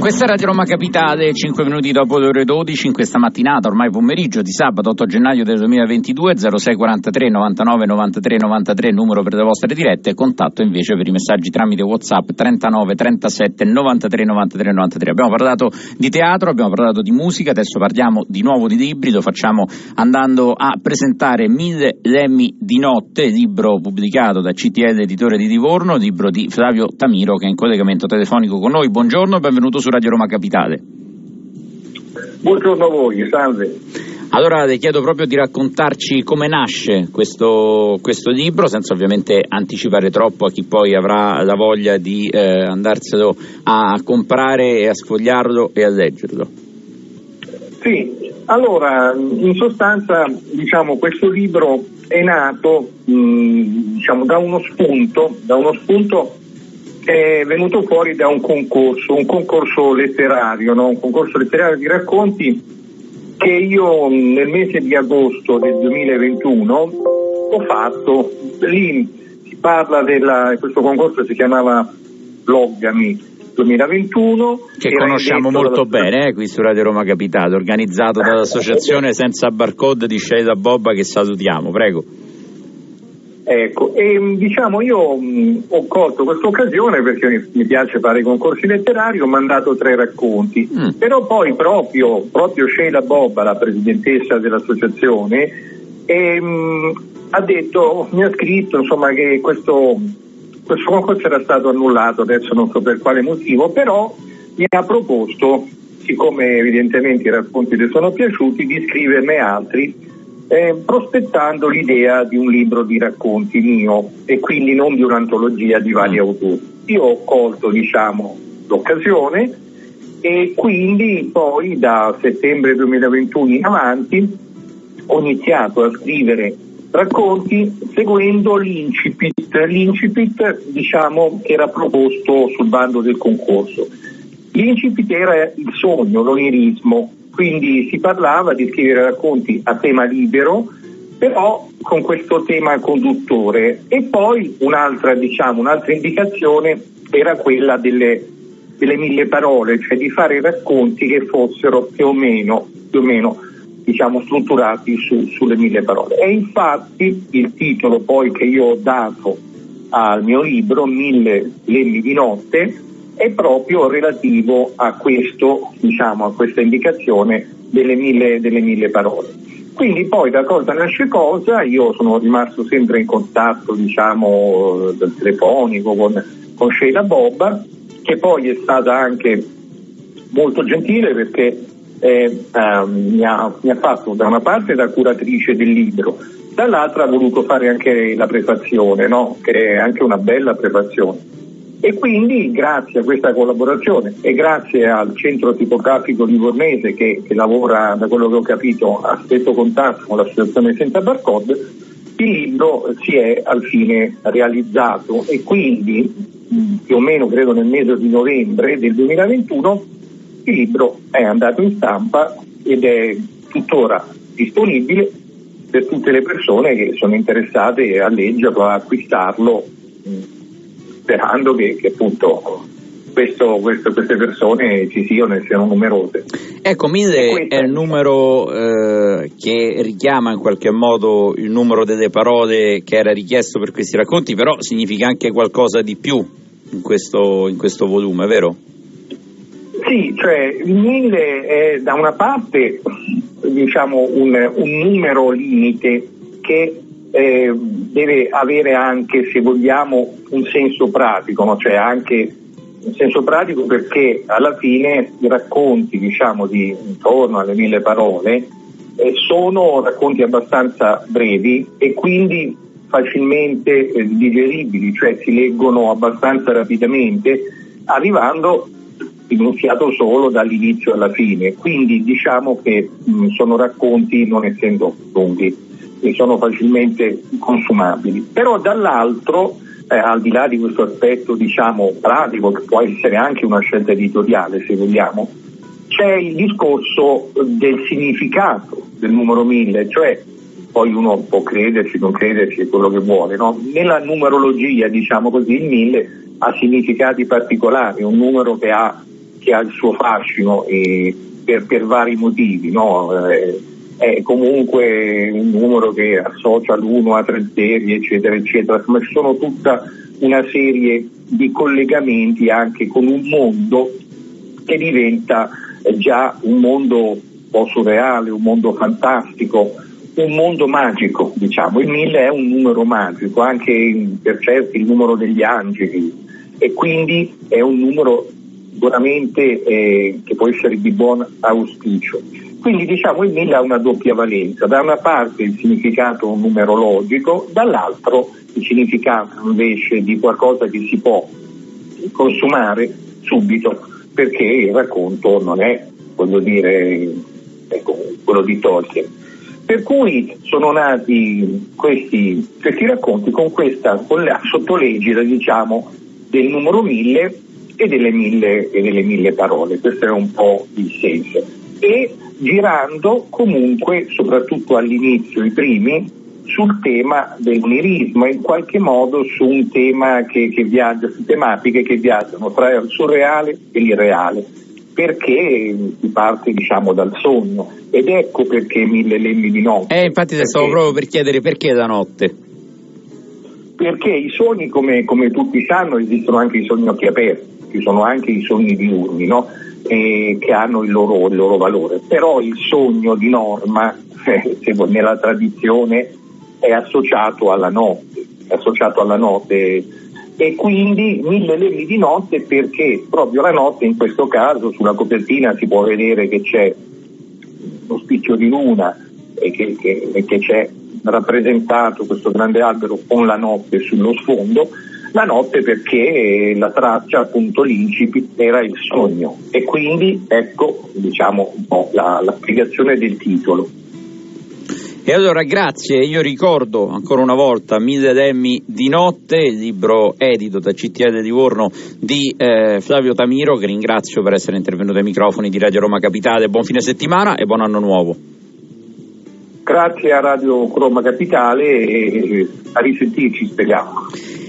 Questa è Radio Roma Capitale, 5 minuti dopo le ore 12, in questa mattinata, ormai pomeriggio di sabato 8 gennaio del 2022, 0643 99 93 93, numero per le vostre dirette, contatto invece per i messaggi tramite WhatsApp 39 37 93 93 93. Abbiamo parlato di teatro, abbiamo parlato di musica, adesso parliamo di nuovo di libri, lo facciamo andando a presentare 1000 lemmi di notte, libro pubblicato da CTL Editore di Livorno, libro di Flavio Tamiro che è in collegamento telefonico con noi. Buongiorno e benvenuto su Radio Roma Capitale. Buongiorno a voi, salve. Allora le chiedo proprio di raccontarci come nasce questo libro, senza ovviamente anticipare troppo a chi poi avrà la voglia di andarselo a comprare e a sfogliarlo e a leggerlo. Sì, allora in sostanza questo libro è nato da uno spunto è venuto fuori da un concorso letterario, no? Un concorso letterario di racconti che io nel mese di agosto del 2021 ho fatto. Lì si parla questo concorso si chiamava Loggami 2021, che conosciamo molto bene qui su Radio Roma Capitale, organizzato dall'associazione Senza Barcode di Sheila Bobba, che salutiamo, prego. Ecco, e io ho colto questa occasione perché mi piace fare i concorsi letterari, ho mandato 3 racconti, però poi proprio Sheila Bobba, la presidentessa dell'associazione, mi ha scritto che questo concorso era stato annullato, adesso non so per quale motivo, però mi ha proposto, siccome evidentemente i racconti le sono piaciuti, di scriverne altri, prospettando l'idea di un libro di racconti mio e quindi non di un'antologia di vari autori. Io ho colto l'occasione e quindi poi da settembre 2021 in avanti ho iniziato a scrivere racconti seguendo l'incipit che era proposto sul bando del concorso. L'incipit era il sogno, l'onirismo. Quindi si parlava di scrivere racconti a tema libero, però con questo tema conduttore. E poi un'altra indicazione era quella delle 1000 parole, cioè di fare racconti che fossero più o meno strutturati sulle 1000 parole. E infatti il titolo poi che io ho dato al mio libro, 1000 lemmi di notte, è proprio relativo a questa indicazione delle 1000 parole. Quindi poi da cosa nasce cosa, io sono rimasto sempre in contatto telefonico con Sheila Bobba, che poi è stata anche molto gentile perché mi ha fatto da una parte da curatrice del libro, dall'altra ha voluto fare anche la prefazione, no? Che è anche una bella prefazione. E quindi grazie a questa collaborazione e grazie al centro tipografico livornese che lavora, da quello che ho capito, a stretto contatto con l'associazione Senza Barcode, il libro si è al fine realizzato e quindi più o meno credo nel mese di novembre del 2021 il libro è andato in stampa ed è tuttora disponibile per tutte le persone che sono interessate a leggerlo, a acquistarlo, sperando che appunto queste persone ci siano e siano numerose. Ecco, 1000 è il numero che richiama in qualche modo il numero delle parole che era richiesto per questi racconti, però significa anche qualcosa di più in questo volume, vero? Sì, cioè il 1000 è da una parte un numero limite che deve avere anche, se vogliamo, un senso pratico, no? Cioè anche un senso pratico perché alla fine i racconti di intorno alle 1000 parole sono racconti abbastanza brevi e quindi facilmente digeribili, cioè si leggono abbastanza rapidamente, arrivando in un fiato solo dall'inizio alla fine, quindi che sono racconti, non essendo lunghi, e sono facilmente consumabili. Però dall'altro, al di là di questo aspetto pratico, che può essere anche una scelta editoriale se vogliamo, c'è il discorso del significato del numero 1000, cioè poi uno può crederci, non crederci, quello che vuole, no? Nella numerologia, il 1000 ha significati particolari, un numero che ha che ha il suo fascino per vari motivi, no? È comunque un numero che associa l'1 a 3 zeri, eccetera, eccetera, ma ci sono tutta una serie di collegamenti anche con un mondo che diventa già un mondo un po' surreale, un mondo fantastico, un mondo magico, diciamo. Il 1000 è un numero magico, anche per certi il numero degli angeli, e quindi è un numero sicuramente che può essere di buon auspicio. Quindi diciamo il 1000 ha una doppia valenza: da una parte il significato numerologico, dall'altro il significato invece di qualcosa che si può consumare subito, perché il racconto non è, voglio dire, quello di Tolkien. Per cui sono nati questi racconti con la sottolegida, diciamo, del numero 1000 e delle 1000 parole. Questo è un po' il senso. E girando comunque, soprattutto all'inizio, i primi, sul tema dell'onirismo, in qualche modo su un tema che viaggia, su tematiche che viaggiano tra il surreale e l'irreale, perché si parte, diciamo, dal sogno, ed ecco perché 1000 lemmi di notte. Infatti te stavo proprio per chiedere perché da notte. Perché i sogni, come tutti sanno, esistono anche i sogni occhi aperti, ci sono anche i sogni diurni, no? Che hanno il loro valore, però il sogno di norma nella tradizione è associato alla notte, e quindi 1000 lemmi di notte, perché proprio la notte, in questo caso sulla copertina si può vedere che c'è lo spicchio di luna e che c'è rappresentato questo grande albero con la notte sullo sfondo. La notte perché la traccia, appunto, l'incipit era il sogno, e quindi ecco, diciamo, un po' la spiegazione del titolo. E allora grazie, io ricordo ancora una volta 1000 lemmi di notte, il libro edito da CTL di Livorno di Flavio Tamiro, che ringrazio per essere intervenuto ai microfoni di Radio Roma Capitale. Buon fine settimana e buon anno nuovo. Grazie a Radio Roma Capitale e a risentirci, speriamo.